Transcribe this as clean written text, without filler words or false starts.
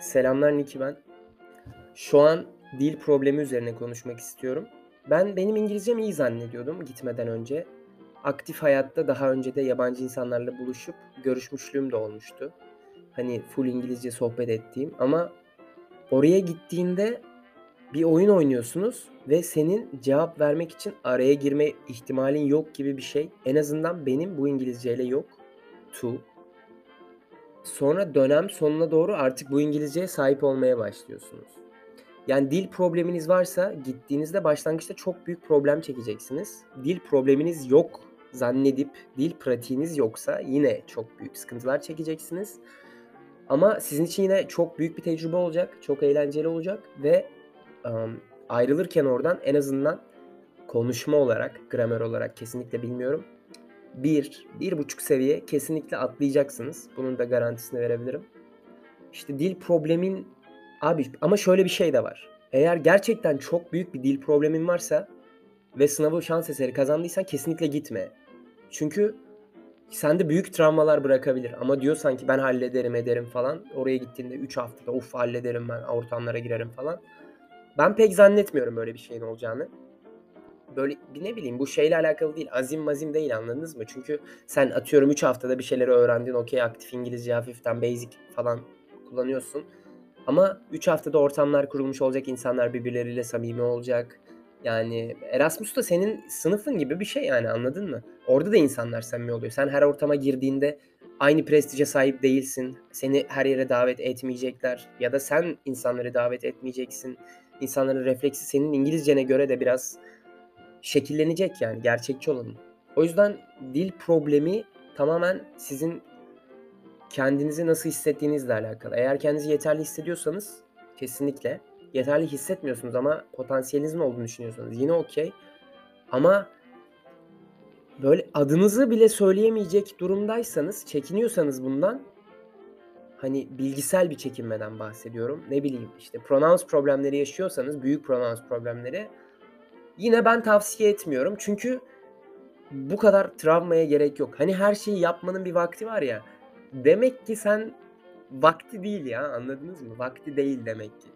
Selamlar Niki ben. Şu an dil problemi üzerine konuşmak istiyorum. Benim İngilizcem iyi zannediyordum gitmeden önce. Aktif hayatta daha önce de yabancı insanlarla buluşup görüşmüşlüğüm de olmuştu. Hani full İngilizce sohbet ettiğim ama oraya gittiğinde bir oyun oynuyorsunuz ve senin cevap vermek için araya girme ihtimalin yok gibi bir şey. En azından benim bu İngilizceyle yok. To. Sonra dönem sonuna doğru artık bu İngilizceye sahip olmaya başlıyorsunuz. Yani dil probleminiz varsa gittiğinizde başlangıçta çok büyük problem çekeceksiniz. Dil probleminiz yok zannedip dil pratiğiniz yoksa yine çok büyük sıkıntılar çekeceksiniz. Ama sizin için yine çok büyük bir tecrübe olacak, çok eğlenceli olacak ve ayrılırken oradan en azından konuşma olarak, gramer olarak kesinlikle bilmiyorum. 1-1,5 seviye kesinlikle atlayacaksınız. Bunun da garantisini verebilirim. İşte dil problemin abi ama şöyle bir şey de var. Eğer gerçekten çok büyük bir dil problemin varsa ve sınavı şans eseri kazandıysan kesinlikle gitme. Çünkü sende büyük travmalar bırakabilir ama diyorsan ki ben hallederim ederim falan. Oraya gittiğinde 3 haftada of hallederim ben ortamlara girerim falan. Ben pek zannetmiyorum öyle bir şeyin olacağını. Böyle bir ne bileyim bu şeyle alakalı değil. Azim mazim değil anladınız mı? Çünkü sen atıyorum 3 haftada bir şeyleri öğrendin. Okey aktif İngilizce hafiften basic falan kullanıyorsun. Ama 3 haftada ortamlar kurulmuş olacak. İnsanlar birbirleriyle samimi olacak. Yani Erasmus da senin sınıfın gibi bir şey yani anladın mı? Orada da insanlar samimi oluyor. Sen her ortama girdiğinde aynı prestije sahip değilsin. Seni her yere davet etmeyecekler. Ya da sen insanları davet etmeyeceksin. İnsanların refleksi senin İngilizcene göre de biraz şekillenecek yani gerçekçi olalım. O yüzden dil problemi tamamen sizin kendinizi nasıl hissettiğinizle alakalı. Eğer kendinizi yeterli hissediyorsanız kesinlikle. Yeterli hissetmiyorsunuz ama potansiyelinizin olduğunu düşünüyorsanız yine okey. Ama böyle adınızı bile söyleyemeyecek durumdaysanız, çekiniyorsanız bundan hani bilgisel bir çekinmeden bahsediyorum. Ne bileyim işte pronouns problemleri yaşıyorsanız, büyük pronouns problemleri yine ben tavsiye etmiyorum. Çünkü bu kadar travmaya gerek yok. Hani her şeyi yapmanın bir vakti var ya. Demek ki sen vakti değil ya anladınız mı? Vakti değil demek ki.